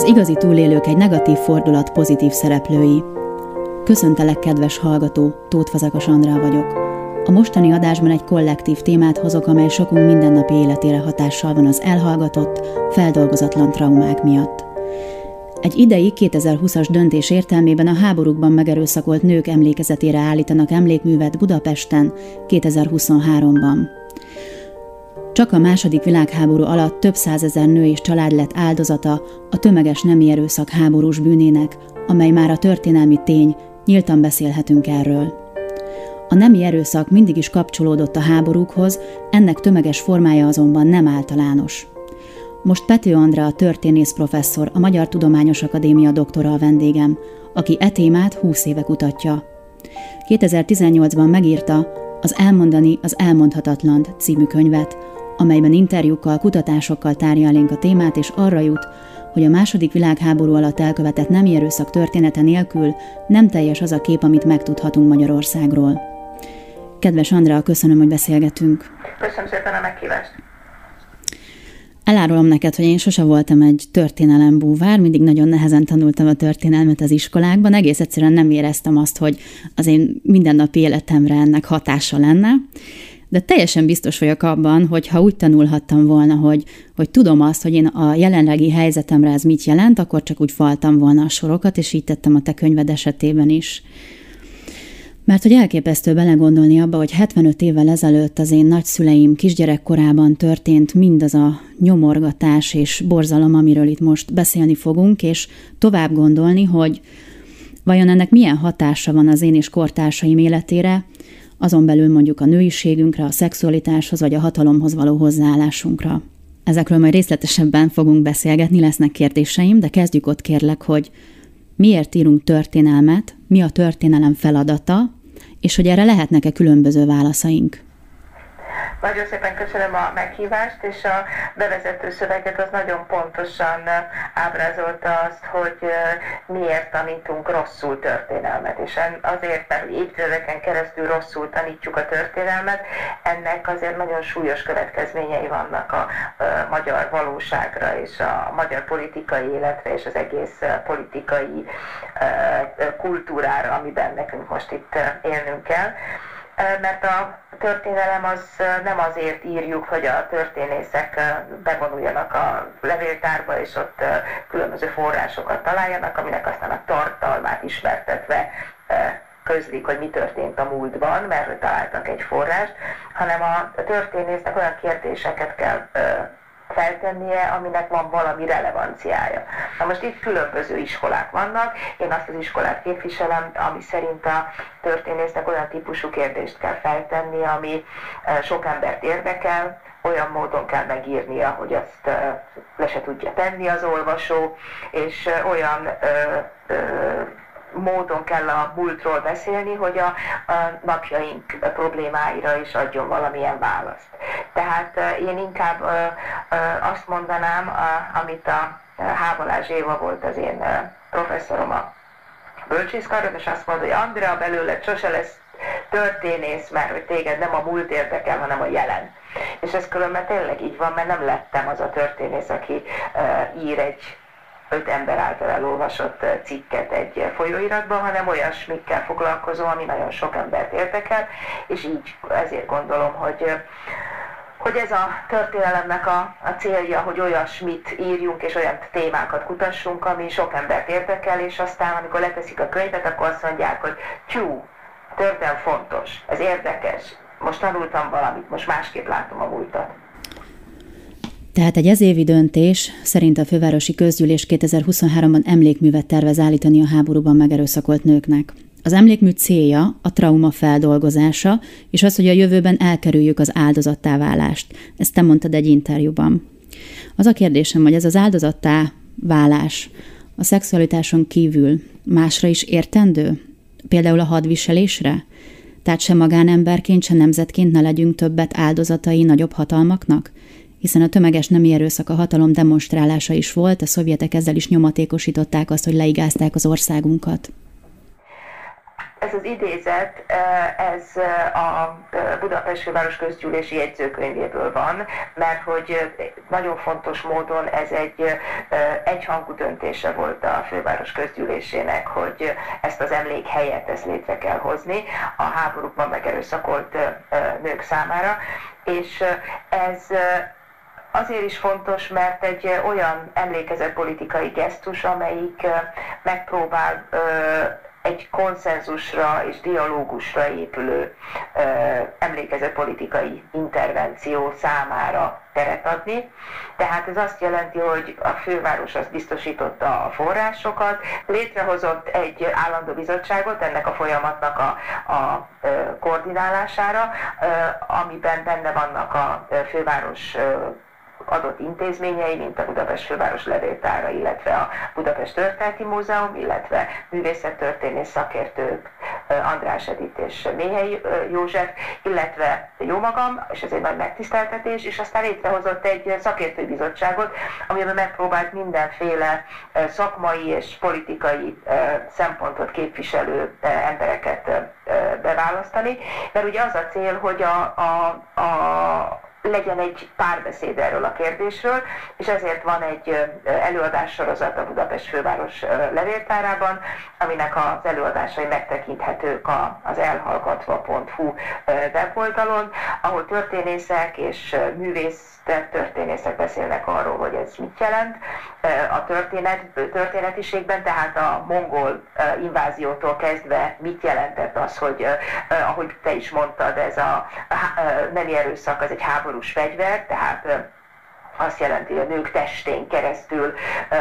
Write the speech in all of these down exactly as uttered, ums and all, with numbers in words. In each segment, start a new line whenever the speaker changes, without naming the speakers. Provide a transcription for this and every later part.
igazi túlélők egy negatív fordulat pozitív szereplői. Köszöntelek, kedves hallgató, Tóth Fazekas Andrea vagyok. A mostani adásban egy kollektív témát hozok, amely sokunk mindennapi életére hatással van az elhallgatott, feldolgozatlan traumák miatt. Egy idei kétezer-húszas döntés értelmében a háborúkban megerőszakolt nők emlékezetére állítanak emlékművet Budapesten kétezer-huszonháromban. Csak a második világháború alatt több százezer nő és család lett áldozata a tömeges nemi erőszak háborús bűnének, amely már a történelmi tény, nyíltan beszélhetünk erről. A nemi erőszak mindig is kapcsolódott a háborúkhoz, ennek tömeges formája azonban nem általános. Most Pető Andrea történész professzor, a Magyar Tudományos Akadémia doktora a vendégem, aki e témát húsz éve kutatja. kétezer-tizennyolcban megírta az Elmondani az elmondhatatlant című könyvet, amelyben interjúkkal, kutatásokkal tárja elénk a témát, és arra jut, hogy a második világháború alatt elkövetett nemi erőszak története nélkül nem teljes az a kép, amit megtudhatunk Magyarországról. Kedves Andrea, köszönöm, hogy beszélgetünk.
Köszönöm szépen a meghívást.
Elárulom neked, hogy én sose voltam egy történelembúvár, mindig nagyon nehezen tanultam a történelmet az iskolákban, egész egyszerűen nem éreztem azt, hogy az én mindennapi életemre ennek hatása lenne, de teljesen biztos vagyok abban, hogy ha úgy tanulhattam volna, hogy, hogy tudom azt, hogy én a jelenlegi helyzetemre ez mit jelent, akkor csak úgy faltam volna a sorokat, és így tettem a te könyved esetében is. Mert hogy elképesztő belegondolni abba, hogy hetvenöt évvel ezelőtt az én nagyszüleim kisgyerekkorában történt mindaz a nyomorgatás és borzalom, amiről itt most beszélni fogunk, és tovább gondolni, hogy vajon ennek milyen hatása van az én és kortársaim életére, azon belül mondjuk a nőiségünkre, a szexualitáshoz vagy a hatalomhoz való hozzáállásunkra. Ezekről majd részletesebben fogunk beszélgetni, lesznek kérdéseim, de kezdjük ott kérlek, hogy miért írunk történelmet, mi a történelem feladata, és hogy erre lehetnek-e különböző válaszaink.
Nagyon szépen köszönöm a meghívást, és a bevezető szöveget az nagyon pontosan ábrázolta azt, hogy miért tanítunk rosszul történelmet. És azért, mert évtizedeken keresztül rosszul tanítjuk a történelmet, ennek azért nagyon súlyos következményei vannak a magyar valóságra, és a magyar politikai életre, és az egész politikai kultúrára, amiben nekünk most itt élnünk kell. Mert a történelem az nem azért írjuk, hogy a történészek bevonuljanak a levéltárba, és ott különböző forrásokat találjanak, aminek aztán a tartalmát ismertetve közlik, hogy mi történt a múltban, mert hogy találtak egy forrást, hanem a történésznek olyan kérdéseket kell feltennie, aminek van valami relevanciája. Na most itt különböző iskolák vannak, én azt az iskolát képviselem, ami szerint a történésznek olyan típusú kérdést kell feltennie, ami sok embert érdekel, olyan módon kell megírnia, hogy azt le se tudja tenni az olvasó, és olyan ö, ö, módon kell a múltról beszélni, hogy a, a napjaink problémáira is adjon valamilyen választ. Tehát én inkább azt mondanám, amit a Hábalás Éva volt az én professzorom a bölcsészkaron, és azt mondta, hogy Andrea, belőled sose lesz történész, mert hogy téged nem a múlt érdekel, hanem a jelen. És ez különben tényleg így van, mert nem lettem az a történész, aki ír egy öt ember által elolvasott cikket egy folyóiratban, hanem olyasmikkel foglalkozó, ami nagyon sok embert érdekel, és így ezért gondolom, hogy, hogy ez a történelemnek a, a célja, hogy olyasmit írjunk, és olyan témákat kutassunk, ami sok embert érdekel, és aztán, amikor leteszik a könyvet, akkor azt mondják, hogy tyú, történelem fontos, ez érdekes, most tanultam valamit, most másképp látom a múltat.
Tehát egy ezévi döntés szerint a Fővárosi Közgyűlés kétezer-huszonháromban emlékművet tervez állítani a háborúban megerőszakolt nőknek. Az emlékmű célja a trauma feldolgozása, és az, hogy a jövőben elkerüljük az áldozattá válást. Ezt te mondtad egy interjúban. Az a kérdésem, hogy ez az áldozattá válás a szexualitáson kívül másra is értendő? Például a hadviselésre? Tehát se magánemberként, se nemzetként ne legyünk többet áldozatai nagyobb hatalmaknak? Hiszen a tömeges nemi erőszak a hatalom demonstrálása is volt, a szovjetek ezzel is nyomatékosították azt, hogy leigázták az országunkat.
Ez az idézet, ez a Budapest Főváros Közgyűlési jegyzőkönyvéből van, mert hogy nagyon fontos módon ez egy egyhangú döntése volt a Főváros Közgyűlésének, hogy ezt az emlékhelyet ezt létre kell hozni a háborúkban megerőszakolt nők számára, és ez azért is fontos, mert egy olyan emlékezetpolitikai gesztus, amelyik megpróbál egy konszenzusra és dialógusra épülő ö, emlékezetpolitikai intervenció számára teret adni. Tehát ez azt jelenti, hogy a főváros az biztosította a forrásokat, létrehozott egy állandó bizottságot ennek a folyamatnak a, a ö, koordinálására, ö, amiben benne vannak a főváros ö, adott intézményei, mint a Budapest Főváros Levéltára, illetve a Budapest Történeti Múzeum, illetve művészettörténész szakértők, András Edith és Méhely József, illetve jómagam, és ez egy nagy megtiszteltetés, és aztán létrehozott egy szakértői bizottságot, amiben megpróbált mindenféle szakmai és politikai szempontot képviselő embereket beválasztani, mert ugye az a cél, hogy a, a, a legyen egy párbeszéd erről a kérdésről, és ezért van egy előadássorozat a Budapest Főváros Levéltárában, aminek az előadásai megtekinthetők az elhallgatva pont hu weboldalon, ahol történészek és művészettörténészek beszélnek arról, hogy ez mit jelent a történet, történetiségben, tehát a mongol inváziótól kezdve mit jelentett az, hogy ahogy te is mondtad, ez a nemi erőszak, az egy háborús fegyver, tehát azt jelenti, hogy a nők testén keresztül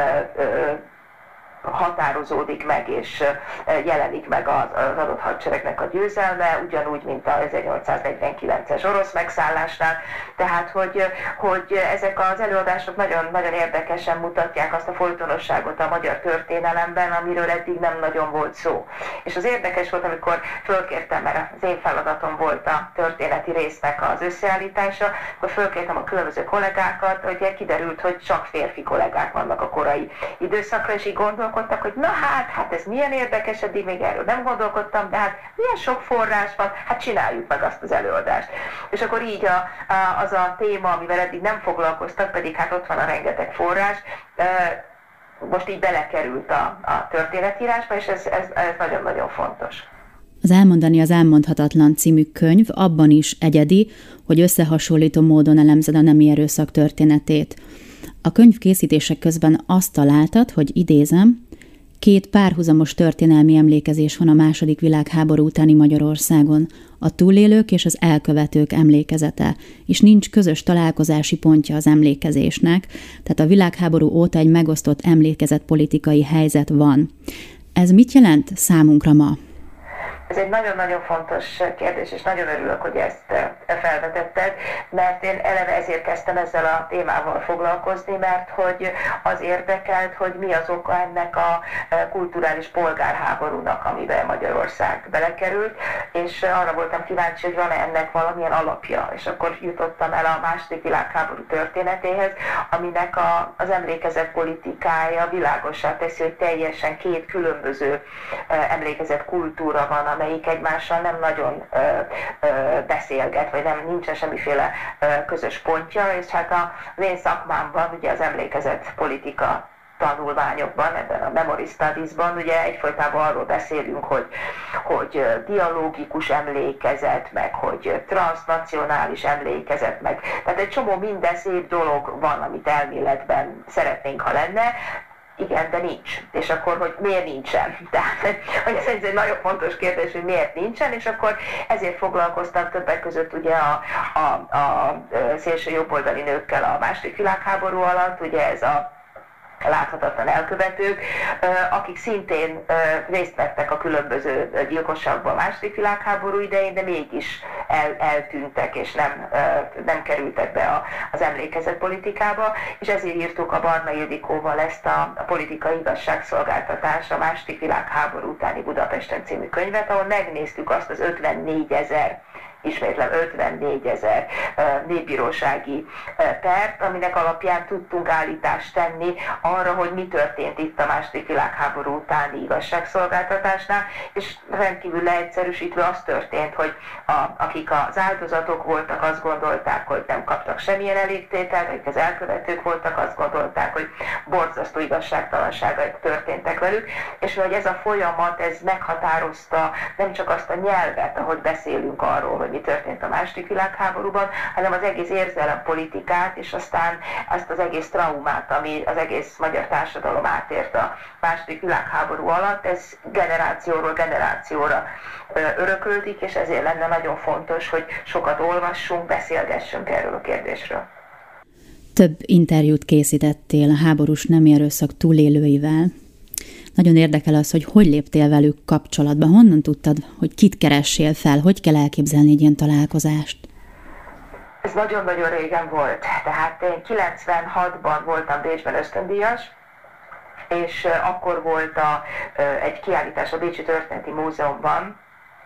határozódik meg és jelenik meg az adott hadseregnek a győzelme, ugyanúgy, mint a ezernyolcszáznegyvenkilences orosz megszállásnál. Tehát, hogy, hogy ezek az előadások nagyon, nagyon érdekesen mutatják azt a folytonosságot a magyar történelemben, amiről eddig nem nagyon volt szó. És az érdekes volt, amikor fölkértem, mert az én feladatom volt a történeti résznek az összeállítása, akkor fölkértem a különböző kollégákat, hogy kiderült, hogy csak férfi kollégák vannak a korai időszakra, és így gondolkodtak, hogy na hát, hát ez milyen érdekes, eddig még erről nem gondolkodtam, de hát milyen sok forrás van, hát csináljuk meg azt az előadást. És akkor így a, a, az a téma, amivel eddig nem foglalkoztak, pedig hát ott van a rengeteg forrás, most így belekerült a, a történetírásba, és ez, ez, ez nagyon-nagyon fontos.
Az Elmondani az elmondhatatlan című könyv abban is egyedi, hogy összehasonlító módon elemzed a nemi erőszak történetét. A könyv készítése közben azt találtad, hogy idézem, két párhuzamos történelmi emlékezés van a második világháború utáni Magyarországon, a túlélők és az elkövetők emlékezete, és nincs közös találkozási pontja az emlékezésnek, tehát a világháború óta egy megosztott emlékezetpolitikai helyzet van. Ez mit jelent számunkra ma?
Ez egy nagyon-nagyon fontos kérdés, és nagyon örülök, hogy ezt felvetetted, mert én eleve ezért kezdtem ezzel a témával foglalkozni, mert hogy az érdekelt, hogy mi az oka ennek a kulturális polgárháborúnak, amiben Magyarország belekerült, és arra voltam kíváncsi, hogy van-e ennek valamilyen alapja, és akkor jutottam el a második világháború történetéhez, aminek a, az emlékezet politikája világossá teszi, hogy teljesen két különböző emlékezet kultúra van, amelyik egymással nem nagyon ö, ö, beszélget, vagy nem nincsen semmiféle ö, közös pontja, és hát az én szakmámban, ugye az emlékezet politika tanulmányokban, ebben a Memory Studies-ban ugye egyfolytában arról beszélünk, hogy, hogy dialógikus emlékezet, meg hogy transnacionális emlékezet, meg tehát egy csomó minden szép dolog van, amit elméletben szeretnénk, ha lenne. Igen, de nincs. És akkor, hogy miért nincsen? Tehát, hogy ez egy nagyon fontos kérdés, hogy miért nincsen, és akkor ezért foglalkoztam többek között ugye a, a, a szélső jobboldali nőkkel a második világháború alatt, ugye ez a láthatatlan elkövetők, akik szintén részt vettek a különböző gyilkosságban a második világháború idején, de mégis el, eltűntek és nem, nem kerültek be az emlékezetpolitikába, és ezért írtuk a Barna Ildikóval ezt a, a politikai igazságszolgáltatás a második világháború utáni Budapesten című könyvet, ahol megnéztük azt az ötvennégyezer ismétlem ötvennégyezer népbírósági pert, aminek alapján tudtunk állítást tenni arra, hogy mi történt itt a második világháború utáni igazságszolgáltatásnál, és rendkívül leegyszerűsítve az történt, hogy a, akik az áldozatok voltak, azt gondolták, hogy nem kaptak semmilyen elégtételt, akik az elkövetők voltak, azt gondolták, hogy borzasztó igazságtalanságok történtek velük, és hogy ez a folyamat, ez meghatározta nem csak azt a nyelvet, ahogy beszélünk arról, hogy mi történt a második világháborúban, hanem az egész érzelempolitikát, és aztán azt az egész traumát, ami az egész magyar társadalom átért a második világháború alatt, ez generációról generációra örököldik, és ezért lenne nagyon fontos, hogy sokat olvassunk, beszélgessünk erről a kérdésről.
Több interjút készítettél a háborús nemi erőszak túlélőivel. Nagyon érdekel az, hogy hogy léptél velük kapcsolatba, honnan tudtad, hogy kit keressél fel, hogy kell elképzelni egy ilyen találkozást?
Ez nagyon-nagyon régen volt, tehát én kilencvenhatban voltam Bécsben ösztöndíjas, és akkor volt a, egy kiállítás a Bécsi Történeti Múzeumban,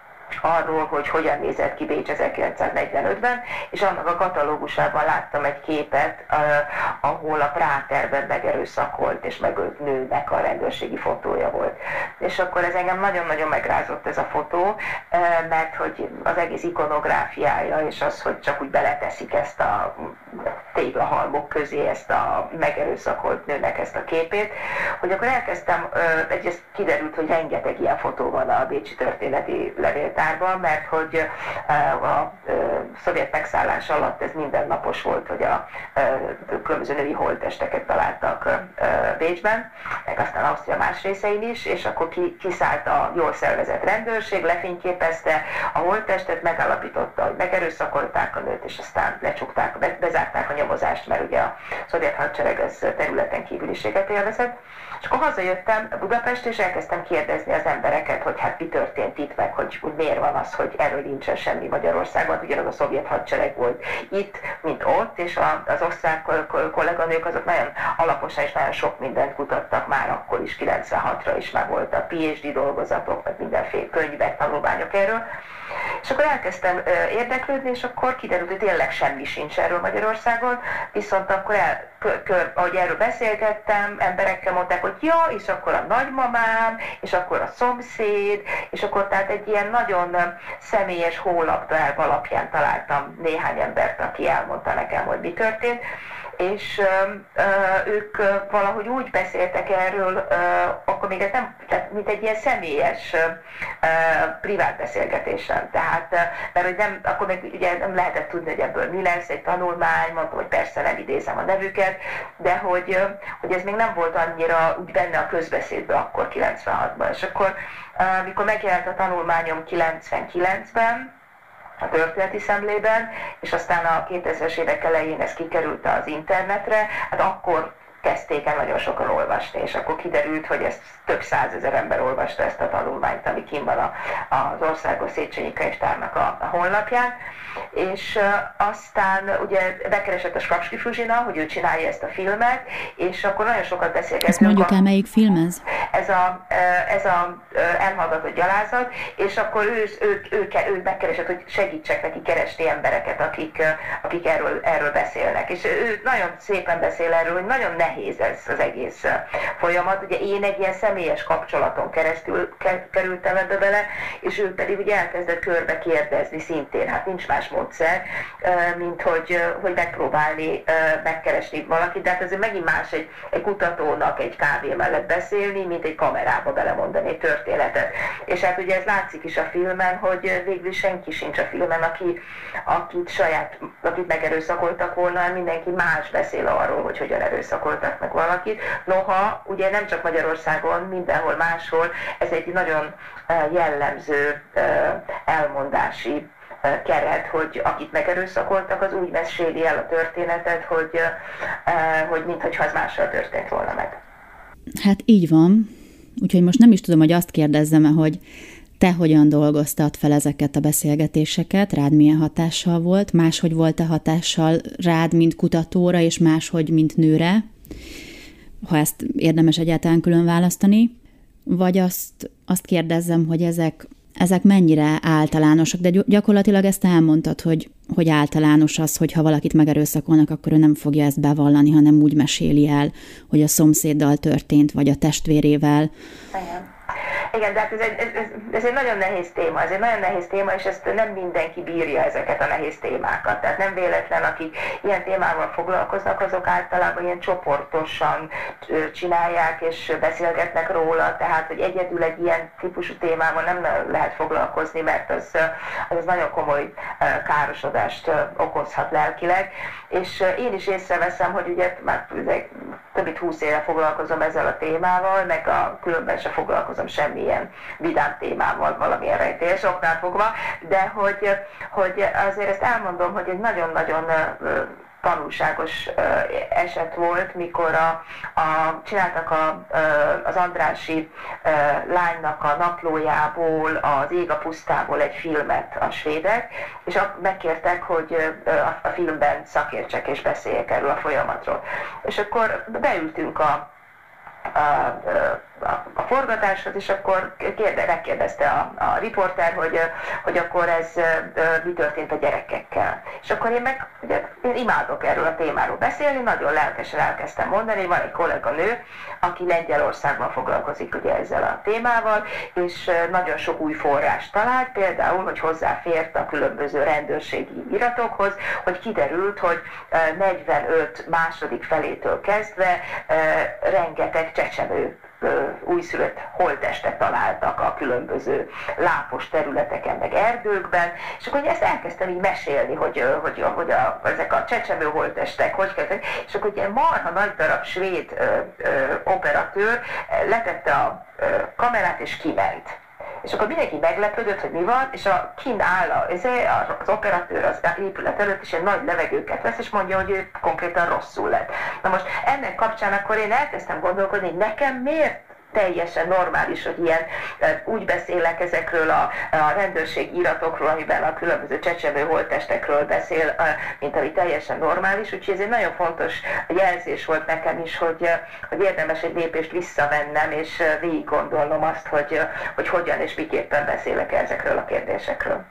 arról, hogy hogyan nézett ki Bécs ezerkilencszáznegyvenötben, és annak a katalógusában láttam egy képet, uh, ahol a Práterben megerőszakolt és megölt nőnek a rendőrségi fotója volt. És akkor ez engem nagyon-nagyon megrázott ez a fotó, uh, mert hogy az egész ikonográfiája, és az, hogy csak úgy beleteszik ezt a téglahalmok közé ezt a megerőszakolt nőnek ezt a képét, hogy akkor elkezdtem, uh, egyrészt kiderült, hogy rengeteg ilyen fotó van a Bécsi Történeti Levéltárban, mert hogy uh, a uh, szovjet megszállás alatt ez mindennapos volt, hogy a uh, különböző női holttesteket találtak uh, Bécsben, meg aztán Ausztria más részein is, és akkor ki, kiszállt a jól szervezett rendőrség, lefényképezte a holttestet, megállapította, hogy megerőszakolták a nőt, és aztán lecsukták, be, bezárták a nyomozást, mert ugye a szovjet hadsereg ez területen kívüliséget élvezett. És akkor hazajöttem Budapestre, és elkezdtem kérdezni az embereket, hogy hát mi történt itt, meg hogy, hogy miért van az, hogy erről nincsen semmi Magyarországon, ugyanaz a szovjet hadsereg volt itt, mint ott, és a, az osztrák kolléganők azok nagyon alaposan és nagyon sok mindent kutattak már akkor is, kilencvenhatra is már volt a PhD dolgozatok, meg mindenféle könyvek, tanulmányok erről. És akkor elkezdtem ö, érdeklődni, és akkor kiderült, hogy tényleg semmi sincs erről Magyarországon, viszont akkor, el, kö, kö, ahogy erről beszélgettem, emberekkel mondták, hogy ja, és akkor a nagymamám, és akkor a szomszéd, és akkor tehát egy ilyen nagyon személyes hólapdrág alapján találtam néhány embert, aki elmondta nekem, hogy mi történt. És ö, ö, ők ö, valahogy úgy beszéltek erről, ö, akkor még ez nem, tehát mint egy ilyen személyes, ö, ö, privát beszélgetésen. Tehát, ö, mert hogy nem, akkor még ugye nem lehetett tudni, hogy ebből mi lesz, egy tanulmány, mondtam, hogy persze nem idézem a nevüket, de hogy, ö, hogy ez még nem volt annyira úgy benne a közbeszédben akkor kilencvenhatban. És akkor, ö, mikor megjelent a tanulmányom kilencvenkilencben, a történeti szemlében, és aztán a kétezres évek elején ez kikerült az internetre, hát akkor kezdték el nagyon sokan olvasni, és akkor kiderült, hogy ezt több százezer ember olvasta ezt a tanulmányt, ami kint van a, az Országos Széchenyi Könyvtárnak a, a honlapján, és uh, aztán ugye bekeresett a Skrapski Fruzsina, hogy ő csinálja ezt a filmet, és akkor nagyon sokat beszélgettünk.
Ezt mondjuk el, melyik film ez?
Ez a, ez a elhallgatott gyalázat, és akkor ő, ő, ő, ő megkeresett, hogy segítsek neki keresni embereket, akik, akik erről, erről beszélnek. És ő nagyon szépen beszél erről, hogy nagyon nehéz ez az egész folyamat. Ugye én egy ilyen személyes kapcsolaton keresztül kerültem ebbe bele, és ő pedig ugye elkezdett körbe kérdezni szintén. Hát nincs más módszer, mint hogy, hogy megpróbálni megkeresni valakit, de hát azért megint más egy, egy kutatónak egy kávé mellett beszélni, mint egy kamerába belemondani egy történetet. És hát ugye ez látszik is a filmen, hogy végül senki sincs a filmen, aki, akit saját, akit megerőszakoltak volna, mindenki más beszél arról, hogy hogyan erőszakoltak meg valakit. Noha ugye nem csak Magyarországon, mindenhol máshol ez egy nagyon jellemző elmondási keret, hogy akit megerőszakoltak, az úgy meséli el a történetet, hogy, hogy minthogyha az mással történt volna meg.
Hát így van. Úgyhogy most nem is tudom, hogy azt kérdezzem-e, hogy te hogyan dolgoztad fel ezeket a beszélgetéseket, rád milyen hatással volt, máshogy volt-e hatással rád, mint kutatóra, és máshogy, mint nőre, ha ezt érdemes egyáltalán külön választani, vagy azt, azt kérdezzem, hogy ezek ezek mennyire általánosak, de gyakorlatilag ezt elmondtad, hogy, hogy általános az, hogy ha valakit megerőszakolnak, akkor ő nem fogja ezt bevallani, hanem úgy meséli el, hogy a szomszéddal történt, vagy a testvérével.
Igen. Igen, de hát ez egy, ez, ez egy nagyon nehéz téma, ez egy nagyon nehéz téma, és ezt nem mindenki bírja ezeket a nehéz témákat. Tehát nem véletlen, akik ilyen témával foglalkoznak, azok általában ilyen csoportosan csinálják és beszélgetnek róla, tehát hogy egyedül egy ilyen típusú témával nem lehet foglalkozni, mert az, az nagyon komoly károsodást okozhat lelkileg. És én is észreveszem, hogy ugye már több mint húsz éve foglalkozom ezzel a témával, meg a különben sem foglalkozom semmilyen vidám témával, valamilyen rejtélyes oknál fogva, de hogy, hogy azért ezt elmondom, hogy egy nagyon-nagyon tanulságos eset volt, mikor a, a, csináltak a, az andrássy lánynak a naplójából, az Ég a pusztából egy filmet a svédek, és megkértek, hogy a, a filmben szakértsek és beszéljek erről a folyamatról. És akkor beültünk a A, a, a forgatáshoz, és akkor kérde, megkérdezte a, a riporter, hogy, hogy akkor ez mi történt a gyerekekkel. És akkor én meg, ugye, én imádok erről a témáról beszélni, nagyon lelkesen elkezdtem mondani, van egy kolléganő, aki Lengyelországban foglalkozik ugye ezzel a témával, és nagyon sok új forrást talált, például, hogy hozzáfért a különböző rendőrségi iratokhoz, hogy kiderült, hogy negyvenöt második felétől kezdve rengeteg csecsemő újszülött holttestet találtak a különböző lápos területeken, meg erdőkben, és akkor ezt elkezdtem így mesélni, hogy, hogy, hogy a, ezek a csecsemő holttestek, hogy kezdtek, és akkor egy marha nagy darab svéd ö, ö, operatőr letette a ö, kamerát és kiment. És akkor mindenki meglepődött, hogy mi van, és a kint áll az operatőr az épület előtt, és egy nagy levegőket vesz, és mondja, hogy ő konkrétan rosszul lett. Na most ennek kapcsán akkor én elkezdtem gondolkodni, hogy nekem miért teljesen normális, hogy ilyen úgy beszélek ezekről a, a rendőrség iratokról, amiben a különböző csecsemő holttestekről beszél, mint ami teljesen normális. Úgyhogy ez egy nagyon fontos jelzés volt nekem is, hogy, hogy érdemes egy lépést visszavennem, és végig gondolnom azt, hogy, hogy hogyan és miképpen beszélek ezekről a kérdésekről.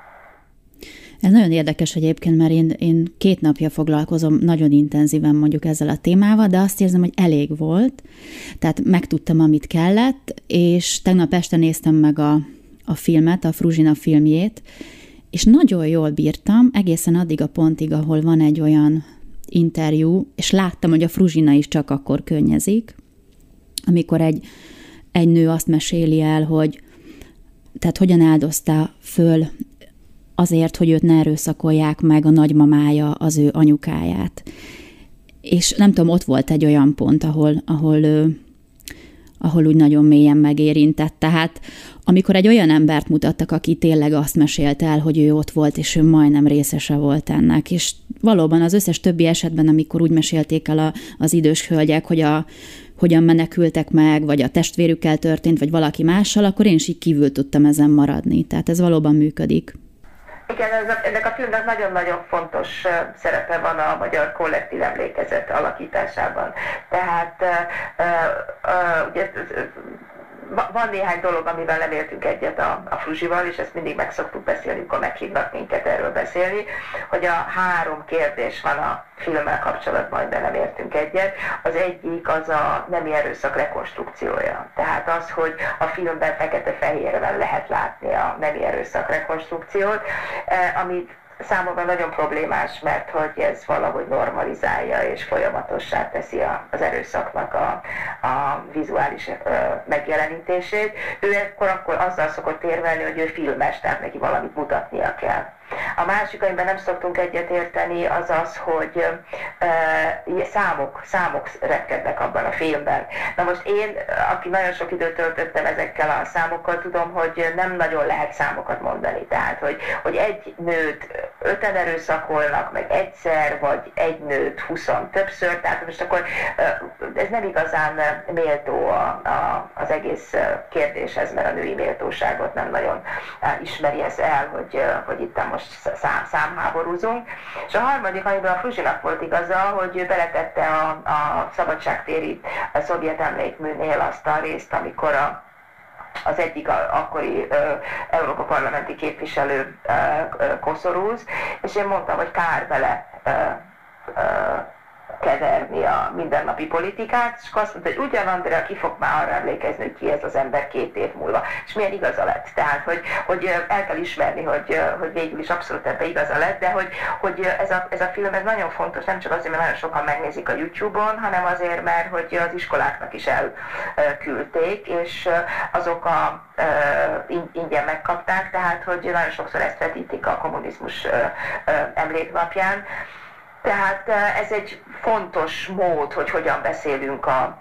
Ez nagyon érdekes egyébként, mert én, én két napja foglalkozom nagyon intenzíven mondjuk ezzel a témával, de azt érzem, hogy elég volt, tehát megtudtam, amit kellett, és tegnap este néztem meg a, a filmet, a Fruzsina filmjét, és nagyon jól bírtam, egészen addig a pontig, ahol van egy olyan interjú, és láttam, hogy a Fruzsina is csak akkor könnyezik, amikor egy, egy nő azt meséli el, hogy tehát hogyan áldozta föl azért, hogy őt ne erőszakolják meg a nagymamája az ő anyukáját. És nem tudom, ott volt egy olyan pont, ahol, ahol, ahol úgy nagyon mélyen megérintett. Tehát amikor egy olyan embert mutattak, aki tényleg azt mesélt el, hogy ő ott volt, és ő majdnem részese volt ennek. És valóban az összes többi esetben, amikor úgy mesélték el a, az idős hölgyek, hogy a, hogyan menekültek meg, vagy a testvérükkel történt, vagy valaki mással, akkor én is így kívül tudtam ezen maradni. Tehát ez valóban működik.
Igen, ez a, ennek a filmnek nagyon-nagyon fontos szerepe van a magyar kollektív emlékezet alakításában. Tehát uh, uh, ugye, van néhány dolog, amivel nem értünk egyet a, a Fruzsival, és ezt mindig meg szoktuk beszélni, amikor meghívnak minket erről beszélni, hogy a három kérdés van a filmmel kapcsolatban, amiben nem értünk egyet. Az egyik az a nemi erőszak rekonstrukciója. Tehát az, hogy a filmben fekete-fehérben lehet látni a nemi erőszak rekonstrukciót, amit számomra nagyon problémás, mert hogy ez valahogy normalizálja és folyamatossá teszi az erőszaknak a, a vizuális megjelenítését. Ő ekkor akkor azzal szokott érvelni, hogy ő filmes, tehát neki valamit mutatnia kell. A másik, amiben nem szoktunk egyet érteni, az az, hogy uh, számok, számok repkednek abban a filmben. Na most én, aki nagyon sok időt töltöttem ezekkel a számokkal, tudom, hogy nem nagyon lehet számokat mondani. Tehát, hogy, hogy egy nőt öten erőszakolnak, meg egyszer, vagy egy nőt huszon többször, tehát most akkor uh, ez nem igazán méltó a, a, az egész kérdéshez, mert a női méltóságot nem nagyon uh, ismeri ez el, hogy, uh, hogy itt most szám, számháborúzunk. És a harmadik, amiben a Fruzsinak volt igaza, hogy ő beletette a, a szabadságtéri a szovjet emlékműnél azt a részt, amikor a az egyik akkori Európa parlamenti képviselő Koszorúz, és én mondtam, hogy kár vele keverni a mindennapi politikát, és azt mondta, hogy ugyan Andrea, ki fog már arra emlékezni, hogy ki ez az ember két év múlva. És milyen igaza lett. Tehát, hogy, hogy el kell ismerni, hogy, hogy végül is abszolút ebbe igaza lett, de hogy, hogy ez, a, ez a film ez nagyon fontos, nem csak azért, mert nagyon sokan megnézik a YouTube-on, hanem azért, mert hogy az iskoláknak is elküldték, és azok a ingyen megkapták, tehát hogy nagyon sokszor ezt vetítik a kommunizmus emléknapján. Tehát ez egy fontos mód, hogy hogyan beszélünk a,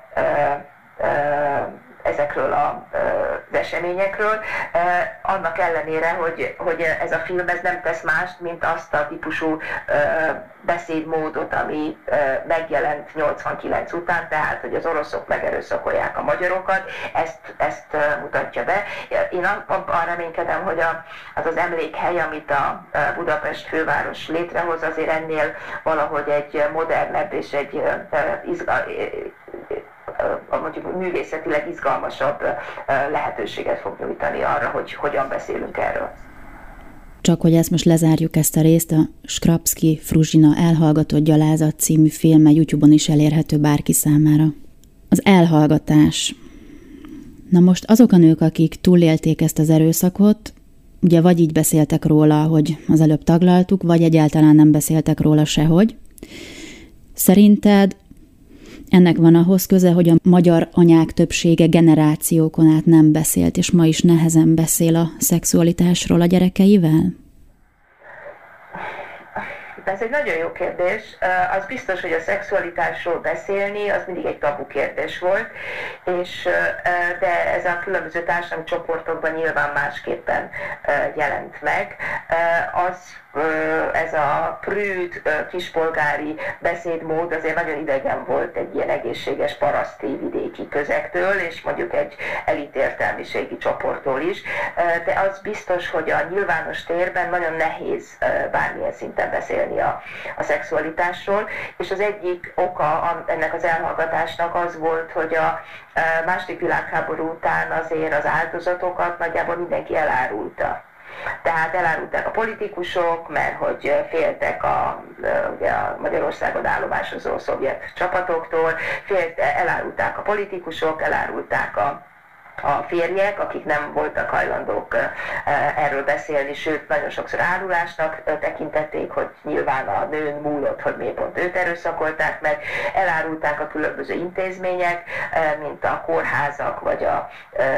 ezekről az eseményekről, annak ellenére, hogy, hogy ez a film ez nem tesz mást, mint azt a típusú beszédmódot, ami megjelent nyolcvankilenc után, tehát hogy az oroszok megerőszakolják a magyarokat, ezt, ezt mutatja be. Én abban reménykedem, hogy a, az az emlékhely, amit a Budapest főváros létrehoz, azért ennél valahogy egy modernebb és egy izgalmas, mondjuk művészetileg izgalmasabb lehetőséget fog nyújtani arra, hogy hogyan beszélünk erről.
Csak hogy ezt most lezárjuk ezt a részt, a Skrapszky Fruzsina Elhallgatott gyalázat című filme YouTube-on is elérhető bárki számára. Az elhallgatás. Na most azok a nők, akik túlélték ezt az erőszakot, ugye vagy így beszéltek róla, hogy az előbb taglaltuk, vagy egyáltalán nem beszéltek róla sehogy. Szerinted ennek van ahhoz köze, hogy a magyar anyák többsége generációkon át nem beszélt, és ma is nehezen beszél a szexualitásról a gyerekeivel?
Ez egy nagyon jó kérdés. Az biztos, hogy a szexualitásról beszélni, az mindig egy tabu kérdés volt, és, de ez a különböző társadalmi csoportokban nyilván másképpen jelent meg. Az ez a prűd, kispolgári beszédmód azért nagyon idegen volt egy ilyen egészséges paraszti vidéki közegtől, és mondjuk egy elit értelmiségi csoporttól is, de az biztos, hogy a nyilvános térben nagyon nehéz bármilyen szinten beszélni a, a szexualitásról, és az egyik oka ennek az elhallgatásnak az volt, hogy a második világháború után azért az áldozatokat nagyjából mindenki elárulta. Tehát elárulták a politikusok, mert hogy féltek a, ugye a Magyarországon állomásozó szovjet csapatoktól, félt, elárulták a politikusok, elárulták a a férjek, akik nem voltak hajlandók erről beszélni, sőt, nagyon sokszor árulásnak tekintették, hogy nyilván a nőn múlott, hogy miért pont őt erőszakolták meg, elárulták a különböző intézmények, mint a kórházak, vagy a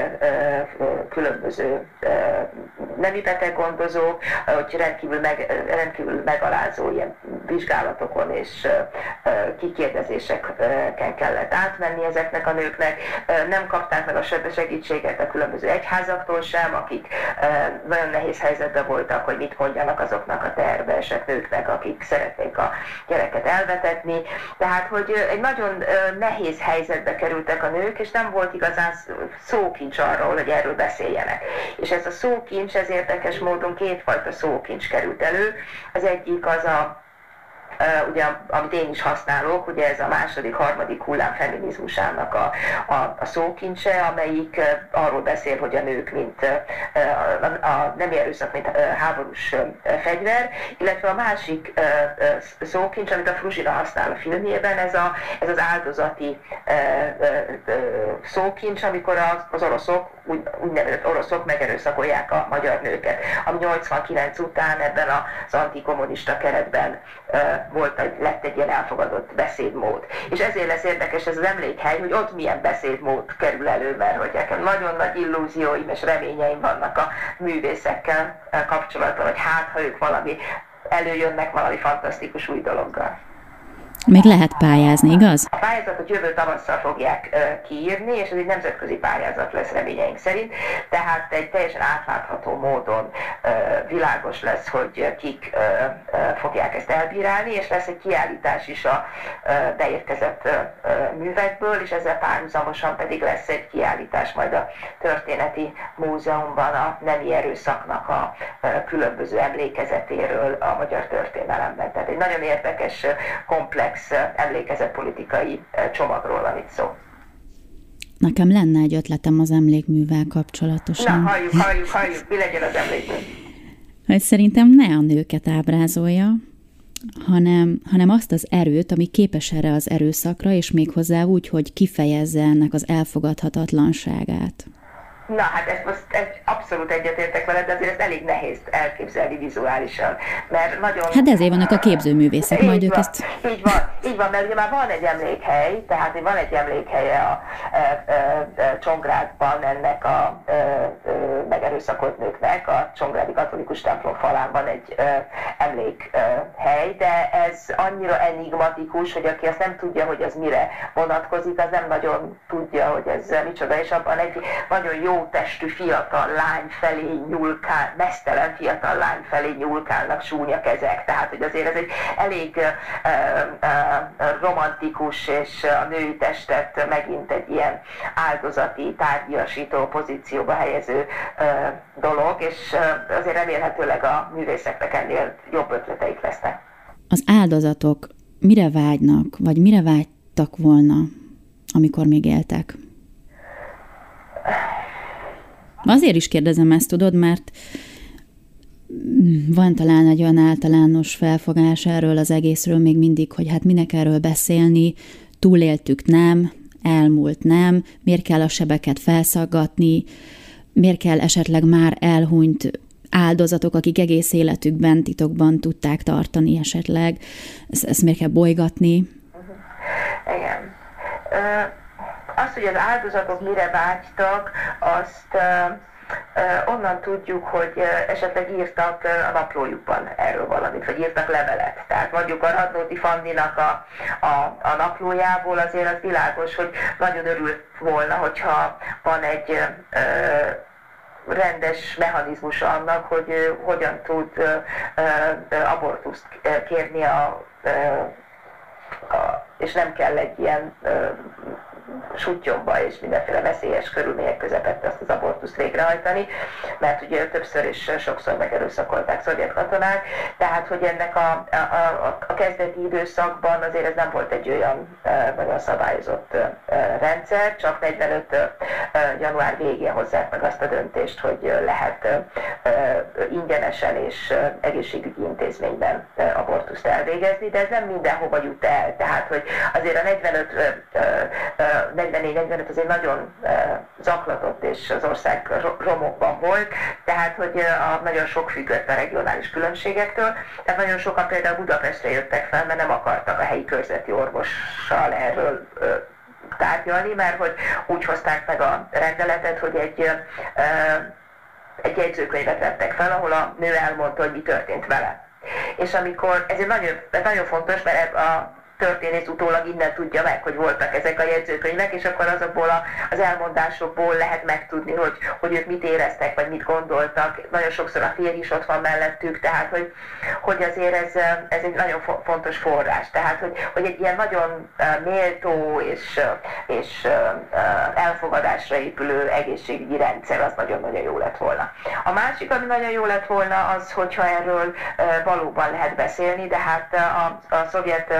különböző nemi beteggondozók, hogy rendkívül, meg, rendkívül megalázó ilyen vizsgálatokon és kikérdezéseken kellett átmenni ezeknek a nőknek, nem kapták meg a segítséget a különböző egyházaktól sem, akik nagyon nehéz helyzetben voltak, hogy mit mondjanak azoknak a teherbe esett nőknek, akik szeretnék a gyereket elvetetni. Tehát, hogy egy nagyon nehéz helyzetbe kerültek a nők, és nem volt igazán szókincs arról, hogy erről beszéljenek. És ez a szókincs, ez érdekes módon kétfajta szókincs került elő. Az egyik az a Uh, ugye, amit én is használok, ugye ez a második, harmadik hullám feminizmusának a, a, a szókincse, amelyik uh, arról beszél, hogy a nők mint uh, a, a nemi erőszak, mint uh, háborús uh, fegyver, illetve a másik uh, uh, szókincs, amit a Fruzsina használ a filmjében, ez, a, ez az áldozati uh, uh, szókincs, amikor az, az oroszok, úgy, úgynevezett oroszok megerőszakolják a magyar nőket, ami nyolcvankilenc után ebben az antikommunista keretben uh, volt, lett egy ilyen elfogadott beszédmód. És ezért lesz érdekes ez az emlékhely, hogy ott milyen beszédmód kerül elő, mert hogy nekem nagyon nagy illúzióim és reményeim vannak a művészekkel kapcsolatban, hogy hát, ha ők valami előjönnek valami fantasztikus új dologgal.
Még lehet pályázni, igaz?
A pályázatot jövő tavasszal fogják uh, kiírni, és ez egy nemzetközi pályázat lesz reményeink szerint, tehát egy teljesen átlátható módon uh, világos lesz, hogy kik uh, uh, fogják ezt elbírálni, és lesz egy kiállítás is a uh, beérkezett uh, művekből, és ezzel párhuzamosan pedig lesz egy kiállítás majd a Történeti Múzeumban a nemi erőszaknak a uh, különböző emlékezetéről a magyar történelemben. Tehát egy nagyon érdekes, komplex emlékezetpolitikai csomagról van itt szó.
Nekem lenne egy ötletem az emlékművel kapcsolatosan.
Na, halljuk, halljuk, halljuk, mi legyen az emlékmű?
Hogy szerintem ne a nőket ábrázolja, hanem, hanem azt az erőt, ami képes erre az erőszakra, és méghozzá úgy, hogy kifejezze ennek az elfogadhatatlanságát.
Na, hát ezt most ez abszolút egyetértek veled, de azért ez elég nehéz elképzelni vizuálisan, mert nagyon...
Hát ezért vannak a képzőművészek, majd ők
van,
ezt...
Így van, így van, mert ugye már van egy emlékhely, tehát van egy emlékhelye a e, e, e, Csongrádban ennek a e, e, megerőszakolt nőknek, a Csongrádi Katolikus templom falán van egy e, emlékhely, de ez annyira enigmatikus, hogy aki azt nem tudja, hogy az mire vonatkozik, az nem nagyon tudja, hogy ez micsoda, és abban egy nagyon jó testű fiatal lány felé nyúlkál, mesztelen fiatal lány felé nyúlkálnak súnya kezek. Tehát, hogy azért ez egy elég uh, uh, romantikus, és a női testet megint egy ilyen áldozati, tárgyasító pozícióba helyező uh, dolog, és uh, azért remélhetőleg a művészeknek ennél jobb ötleteik lesznek.
Az áldozatok mire vágynak, vagy mire vágytak volna, amikor még éltek? Azért is kérdezem ezt, tudod, mert van talán egy olyan általános felfogás erről az egészről még mindig, hogy hát minek erről beszélni, túléltük nem, elmúlt nem, miért kell a sebeket felszaggatni, miért kell esetleg már elhunyt áldozatok, akik egész életükben titokban tudták tartani esetleg, ezt, ezt miért kell bolygatni?
Uh-huh. Igen. Uh... Azt, hogy az áldozatok mire vágytak, azt uh, uh, onnan tudjuk, hogy uh, esetleg írtak uh, a naplójukban erről valamit, vagy írtak levelet. Tehát mondjuk a Radnóti Fanninak a, a, a naplójából azért az világos, hogy nagyon örült volna, hogyha van egy uh, rendes mechanizmus annak, hogy uh, hogyan tud uh, uh, abortuszt kérni a, uh, a és nem kell egy ilyen uh, suttyomba és mindenféle veszélyes körülmények közepette azt az abortuszt végrehajtani, mert ugye többször és sokszor megerőszakolták szovjet katonák, tehát hogy ennek a, a, a, a kezdeti időszakban azért ez nem volt egy olyan e, nagyon szabályozott e, rendszer, csak negyvenöt e, január végén hozzák meg azt a döntést, hogy lehet e, ingyenesen és egészségügyi intézményben e, abortuszt elvégezni, de ez nem mindenhova jut el, tehát hogy azért a negyvenöt e, e, negyvennégy negyvenöt azért nagyon uh, zaklatott, és az ország romokban volt, tehát hogy uh, nagyon sok függött a regionális különbségektől, tehát nagyon sokan például Budapestre jöttek fel, mert nem akartak a helyi körzeti orvossal erről uh, tárgyalni, mert hogy úgy hozták meg a rendeletet, hogy egy uh, egy jegyzőkönyvet vettek fel, ahol a nő elmondta, hogy mi történt vele. És amikor, ez nagyon, ez nagyon fontos, mert a történész utólag innen tudja meg, hogy voltak ezek a jegyzőkönyvek, és akkor azokból a, az elmondásokból lehet megtudni, hogy, hogy ők mit éreztek, vagy mit gondoltak. Nagyon sokszor a férj is ott van mellettük, tehát hogy, hogy azért ez, ez egy nagyon fontos forrás. Tehát, hogy, hogy egy ilyen nagyon méltó és, és elfogadásra épülő egészségügyi rendszer az nagyon-nagyon jó lett volna. A másik, ami nagyon jó lett volna, az, hogyha erről valóban lehet beszélni, de hát a, a szovjet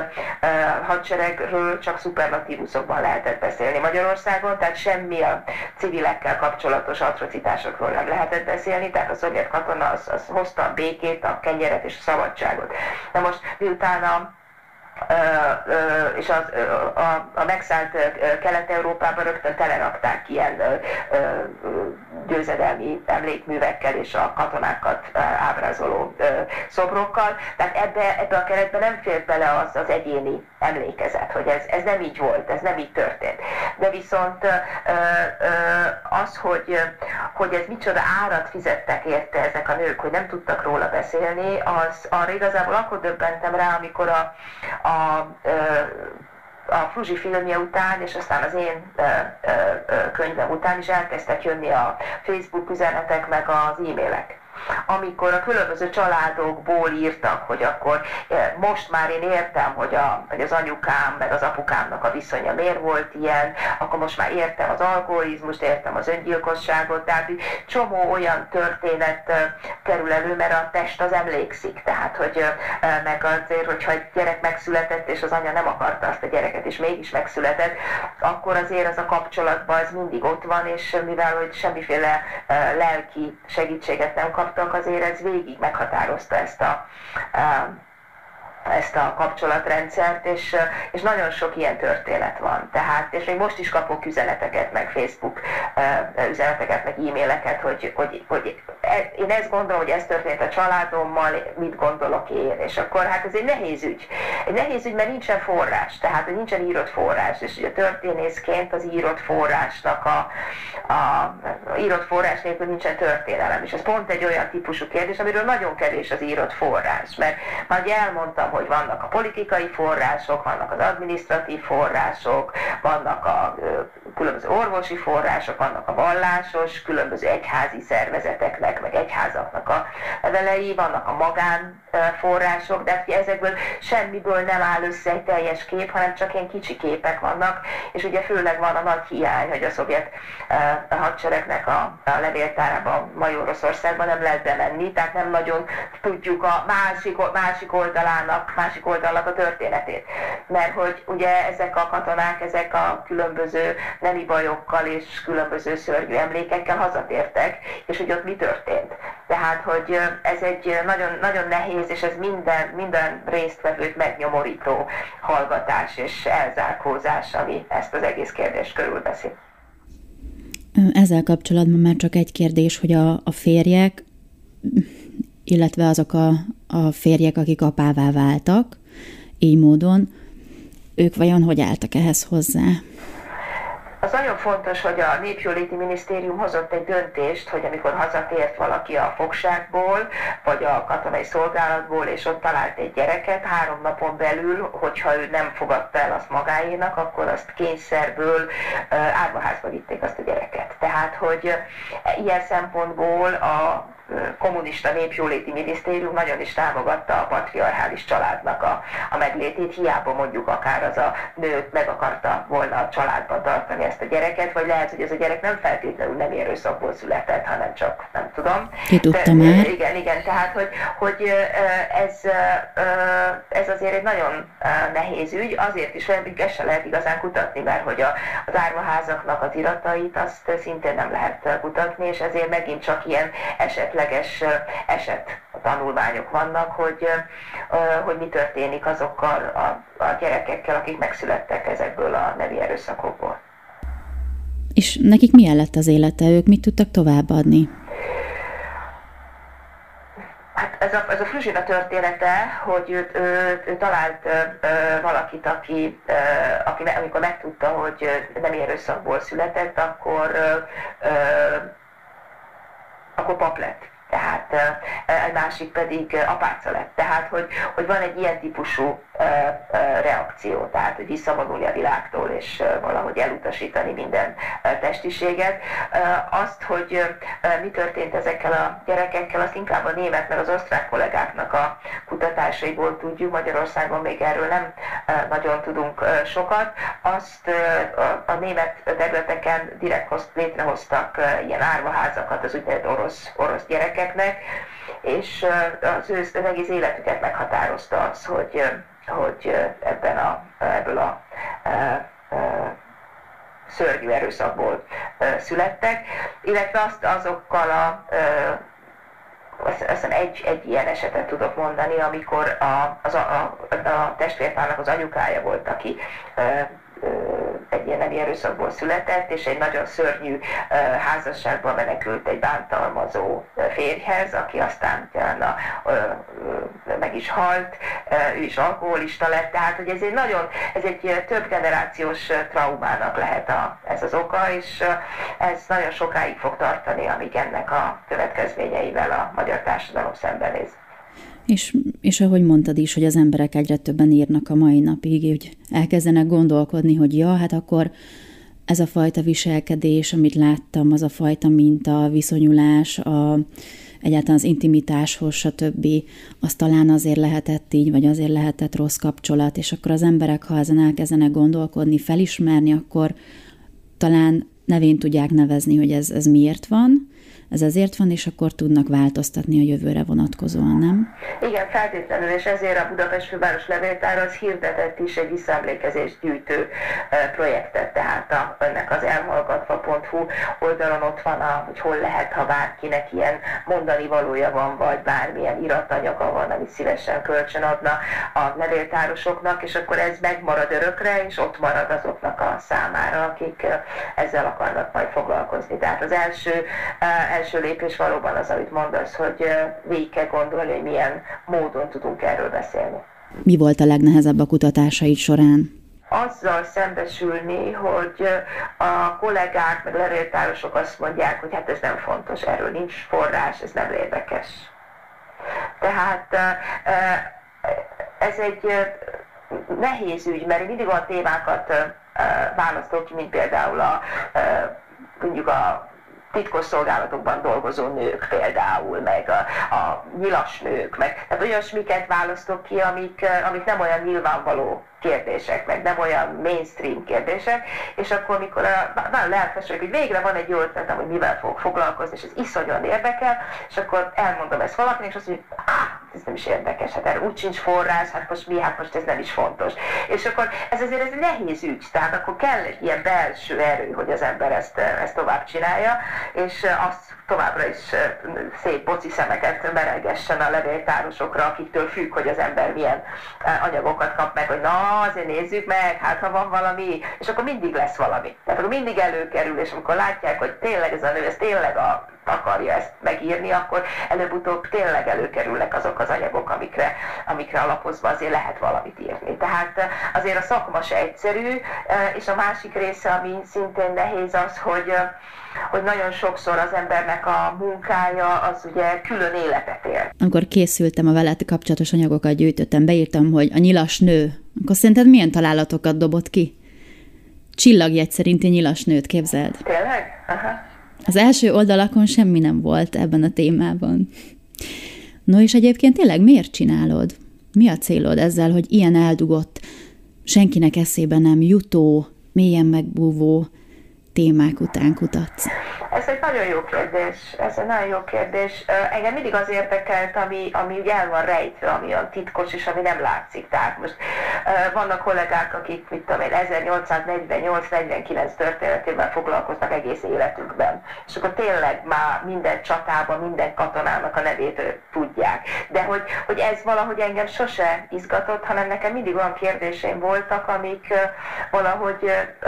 hadseregről csak szuperlatívuszokban lehetett beszélni Magyarországon, tehát semmi a civilekkel kapcsolatos atrocitásokról nem lehetett beszélni, tehát a szovjet katona az, az hozta a békét, a kenyeret és a szabadságot. Na most miután a Uh, uh, és az, uh, a, a megszállt uh, Kelet-Európában rögtön telerakták ilyen uh, uh, győzedelmi emlékművekkel és a katonákat uh, ábrázoló uh, szobrokkal. Tehát ebbe, ebbe a keretbe nem fért bele az, az egyéni emlékezet, hogy ez, ez nem így volt, ez nem így történt. De viszont uh, uh, az, hogy, hogy ez micsoda árat fizettek érte ezek a nők, hogy nem tudtak róla beszélni, az arra igazából akkor döbbentem rá, amikor a A, a Fruzsi filmje után, és aztán az én könyvem után is elkezdtek jönni a Facebook üzenetek, meg az e-mailek. amikor a különböző családokból írtak, hogy akkor most már én értem, hogy, a, hogy az anyukám meg az apukámnak a viszonya miért volt ilyen, akkor most már értem az alkoholizmust, értem az öngyilkosságot, tehát csomó olyan történet kerül elő, mert a test az emlékszik, tehát hogy meg azért, hogyha egy gyerek megszületett, és az anya nem akarta azt a gyereket, és mégis megszületett, akkor azért az a kapcsolatban ez mindig ott van, és mivel hogy semmiféle lelki segítséget nem kaptak, azért ez végig meghatározta ezt a ezt a kapcsolatrendszert, és, és nagyon sok ilyen történet van. Tehát, és még most is kapok üzeneteket, meg Facebook uh, üzeneteket, meg e-maileket, hogy, hogy, hogy e, én ezt gondolom, hogy ez történt a családommal, mit gondolok én, és akkor hát ez egy nehéz ügy. Egy nehéz ügy, mert nincsen forrás, tehát hogy nincsen írott forrás, és ugye történészként az írott forrásnak a, a, a írott forrás nélkül nincsen történelem, és ez pont egy olyan típusú kérdés, amiről nagyon kevés az írott forrás, mert már ugye elmondtam, hogy vannak a politikai források, vannak az adminisztratív források, vannak a különböző orvosi források, vannak a vallásos, különböző egyházi szervezeteknek, meg egyházaknak a levelei, vannak a magánforrások, de ezekből semmiből nem áll össze egy teljes kép, hanem csak ilyen kicsi képek vannak, és ugye főleg van a nagy hiány, hogy a szovjet a hadseregnek a, a levéltárában, Majorországban nem lehet bemenni, tehát nem nagyon tudjuk a másik, másik oldalának, másik oldalnak a történetét. Mert hogy ugye ezek a katonák, ezek a különböző nemi bajokkal és különböző szörnyű emlékekkel hazatértek, és hogy ott mi történt. Tehát, hogy ez egy nagyon, nagyon nehéz, és ez minden, minden résztvevőt megnyomorító hallgatás és elzárkózás, ami ezt az egész kérdést körülveszi.
Ezzel kapcsolatban már csak egy kérdés, hogy a, a férjek, illetve azok a, a férjek, akik apává váltak, így módon, ők vajon hogy álltak ehhez hozzá?
Az nagyon fontos, hogy a Népjóléti Minisztérium hozott egy döntést, hogy amikor hazatért valaki a fogságból, vagy a katonai szolgálatból, és ott talált egy gyereket, három napon belül, hogyha ő nem fogadta el azt magáénak, akkor azt kényszerből árvaházba vitték azt a gyereket. Tehát, hogy ilyen szempontból a kommunista Népjóléti Minisztérium nagyon is támogatta a patriarchális családnak a, a meglétét, hiába mondjuk akár az a nő meg akarta volna a családban tartani ezt a gyereket, vagy lehet, hogy ez a gyerek nem feltétlenül nem erőszakból született, hanem csak nem tudom.
Ki tudta már.
Igen, igen, tehát hogy, hogy ez, ez azért egy nagyon nehéz ügy, azért is, hogy ezt se lehet igazán kutatni, mert hogy a, az árvaházaknak az iratait azt szintén nem lehet kutatni, és ezért megint csak ilyen eset eset tanulmányok vannak, hogy, hogy mi történik azokkal a, a gyerekekkel, akik megszülettek ezekből a nemi erőszakokból.
És nekik milyen lett az élete? Ők mit tudtak továbbadni?
Hát ez a, ez a Fruzsina története, hogy ő, ő, ő talált ö, valakit, aki, ö, aki amikor megtudta, hogy nemi erőszakból született, akkor ö, akkor pap lett. Tehát egy másik pedig apáca lett. Tehát, hogy, hogy van egy ilyen típusú reakció, tehát, hogy visszavonulni a világtól, és valahogy elutasítani minden testiséget. Azt, hogy mi történt ezekkel a gyerekekkel, azt inkább a német, mert az osztrák kollégáknak a kutatásaiból tudjuk, Magyarországon még erről nem nagyon tudunk sokat. Azt a német területeken direkt hoz, létrehoztak ilyen árvaházakat az úgynevezett orosz, orosz gyerekeknek, és az, ő, az egész életüket meghatározta az, hogy, hogy ebben a, ebből a, a, a szörnyű erőszakból születtek, illetve azt azokkal a azt hiszem egy, egy ilyen esetet tudok mondani, amikor a, az a, a, a testvérpárnak az anyukája volt, aki egy ilyen nemi erőszakból született, és egy nagyon szörnyű házasságban menekült egy bántalmazó férjhez, aki aztán utána meg is halt, ő is alkoholista lett, tehát hogy ez egy nagyon, ez egy több generációs traumának lehet a, ez az oka, és ez nagyon sokáig fog tartani, amíg ennek a következményeivel a magyar társadalom szembenéz.
És, és ahogy mondtad is, hogy az emberek egyre többen írnak a mai napig, hogy elkezdenek gondolkodni, hogy ja, hát akkor ez a fajta viselkedés, amit láttam, az a fajta minta, a viszonyulás, a, egyáltalán az intimitáshoz, stb. Az talán azért lehetett így, vagy azért lehetett rossz kapcsolat, és akkor az emberek, ha ezen elkezdenek gondolkodni, felismerni, akkor talán nevén tudják nevezni, hogy ez, ez miért van, ez ezért van, és akkor tudnak változtatni a jövőre vonatkozóan, nem?
Igen, feltétlenül, és ezért a Budapest Főváros Levéltár az hirdetett is egy visszaemlékezést gyűjtő projektet, tehát a, ennek az elhallgatva pont hu oldalon ott van, a, hogy hol lehet, ha bárkinek ilyen mondani valója van, vagy bármilyen iratanyaga van, amit szívesen kölcsön adna a levéltárosoknak, és akkor ez megmarad örökre, és ott marad azoknak a számára, akik ezzel akarnak majd foglalkozni. Tehát az első első lépés valóban az, amit mondasz, hogy végig kell gondolni, hogy milyen módon tudunk erről beszélni.
Mi volt a legnehezebb a kutatásaid során?
Azzal szembesülni, hogy a kollégák, meg levéltárosok azt mondják, hogy hát ez nem fontos, erről nincs forrás, ez nem érdekes. Tehát ez egy nehéz ügy, mert én mindig olyan témákat választok ki, mint például a, mondjuk a titkos szolgálatokban dolgozó nők például, meg a, a nyilas nők, meg tehát olyasmiket választok ki, amik, amik nem olyan nyilvánvaló kérdések, meg nem olyan mainstream kérdések, és akkor, mikor nagyon lelkes vagyok, hogy végre van egy jó ötletem, hogy mivel fogok foglalkozni, és ez iszonyúan érdekel, és akkor elmondom ezt valakinek, és azt mondja, hogy ah, ez nem is érdekes, hát erre úgy sincs forrás, hát most mi, hát most ez nem is fontos. És akkor ez azért ez egy nehéz ügy, tehát akkor kell egy ilyen belső erő, hogy az ember ezt, ezt tovább csinálja, és azt továbbra is szép boci szemeket meregessen a levéltárosokra, akiktől függ, hogy az ember milyen anyagokat kap meg, hogy na, azért nézzük meg, hát ha van valami, és akkor mindig lesz valami. Tehát akkor mindig előkerül, és amikor látják, hogy tényleg ez a nő, ez tényleg a, akarja ezt megírni, akkor előbb-utóbb tényleg előkerülnek azok az anyagok, amikre, amikre alapozva azért lehet valamit írni. Tehát azért a szakma se egyszerű, és a másik része, ami szintén nehéz az, hogy hogy nagyon sokszor az embernek a munkája az ugye külön életet él.
Amikor készültem, a veled kapcsolatos anyagokat gyűjtöttem, beírtam, hogy a nyilas nő. Akkor szerinted milyen találatokat dobott ki? Csillagjegy szerinti nyilas nőt, képzeld.
Tényleg? Aha.
Az első oldalakon semmi nem volt ebben a témában. No és egyébként tényleg miért csinálod? Mi a célod ezzel, hogy ilyen eldugott, senkinek eszébe nem jutó, mélyen megbúvó témák után kutatsz?
Ez egy nagyon jó kérdés, ez egy nagyon jó kérdés. Engem mindig az érdekelt, ami, ami el van rejtve, ami olyan titkos, és ami nem látszik. Tehát most vannak kollégák, akik, mit tudom én, ezernyolcszáznegyvennyolc negyvenkilenc történetével foglalkoznak egész életükben. És akkor tényleg már minden csatában, minden katonának a nevét tudják. De hogy, hogy ez valahogy engem sose izgatott, hanem nekem mindig olyan kérdéseim voltak, amik valahogy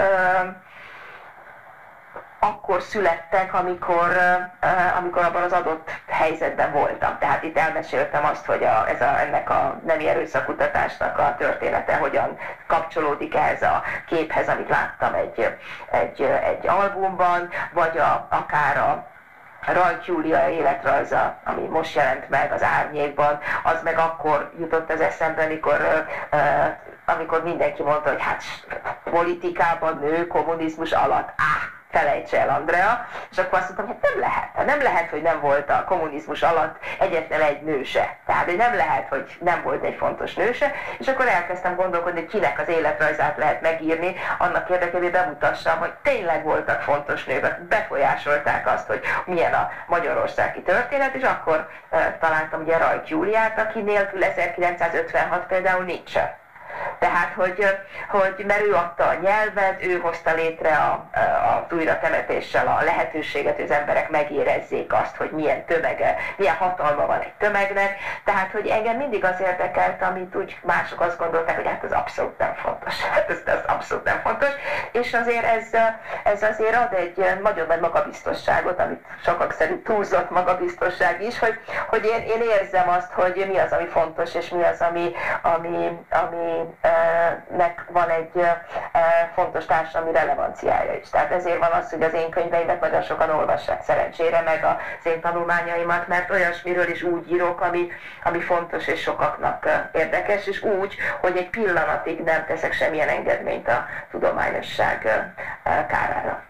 akkor születtek, amikor, uh, amikor abban az adott helyzetben voltam. Tehát itt elmeséltem azt, hogy a, ez a, ennek a nemi erőszakkutatásnak a története hogyan kapcsolódik ehhez a képhez, amit láttam egy, egy, egy albumban, vagy a, akár a Rajk Júlia életrajza, ami most jelent meg az Árnyékban, az meg akkor jutott az eszembe, amikor, uh, amikor mindenki mondta, hogy hát politikában nő kommunizmus alatt, áh, felejts el, Andrea, és akkor azt mondtam, hogy nem lehet. Nem lehet, hogy nem volt a kommunizmus alatt egyetlen egy nő se. Tehát, hogy nem lehet, hogy nem volt egy fontos nő se, és akkor elkezdtem gondolkodni, hogy kinek az életrajzát lehet megírni, annak érdekében bemutassam, hogy tényleg voltak fontos nők, befolyásolták azt, hogy milyen a magyarországi történet, és akkor uh, találtam ugye Rajk Júliát, aki nélkül ezerkilencszázötvenhat például nincsen. Tehát, hogy, hogy mert ő adta a nyelvet, ő hozta létre a, a újratemetéssel a lehetőséget, hogy az emberek megérezzék azt, hogy milyen tömege, milyen hatalma van egy tömegnek. Tehát, hogy engem mindig az érdekelt, amit úgy mások azt gondolták, hogy hát ez abszolút nem fontos. Hát ez, ez abszolút nem fontos. És azért ez, ez azért ad egy nagyon nagy magabiztosságot, amit sokak szerint túlzott magabiztosság is, hogy, hogy én, én érzem azt, hogy mi az, ami fontos, és mi az, ami, ami, ami aminek van egy fontos társadalmi relevanciája is. Tehát ezért van az, hogy az én könyveimet nagyon sokan olvassák szerencsére, meg az én tanulmányaimat, mert olyasmiről is úgy írok, ami, ami fontos és sokaknak érdekes, és úgy, hogy egy pillanatig nem teszek semmilyen engedményt a tudományosság kárára.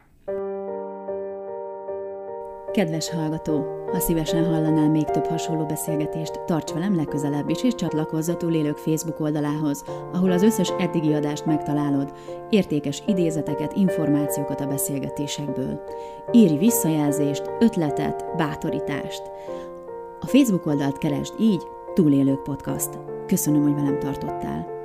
Kedves hallgató, ha szívesen hallanál még több hasonló beszélgetést, tarts velem legközelebb is, és csatlakozz a Túlélők Facebook oldalához, ahol az összes eddigi adást megtalálod, értékes idézeteket, információkat a beszélgetésekből. Írj visszajelzést, ötletet, bátorítást. A Facebook oldalt keresd így, Túlélők Podcast. Köszönöm, hogy velem tartottál.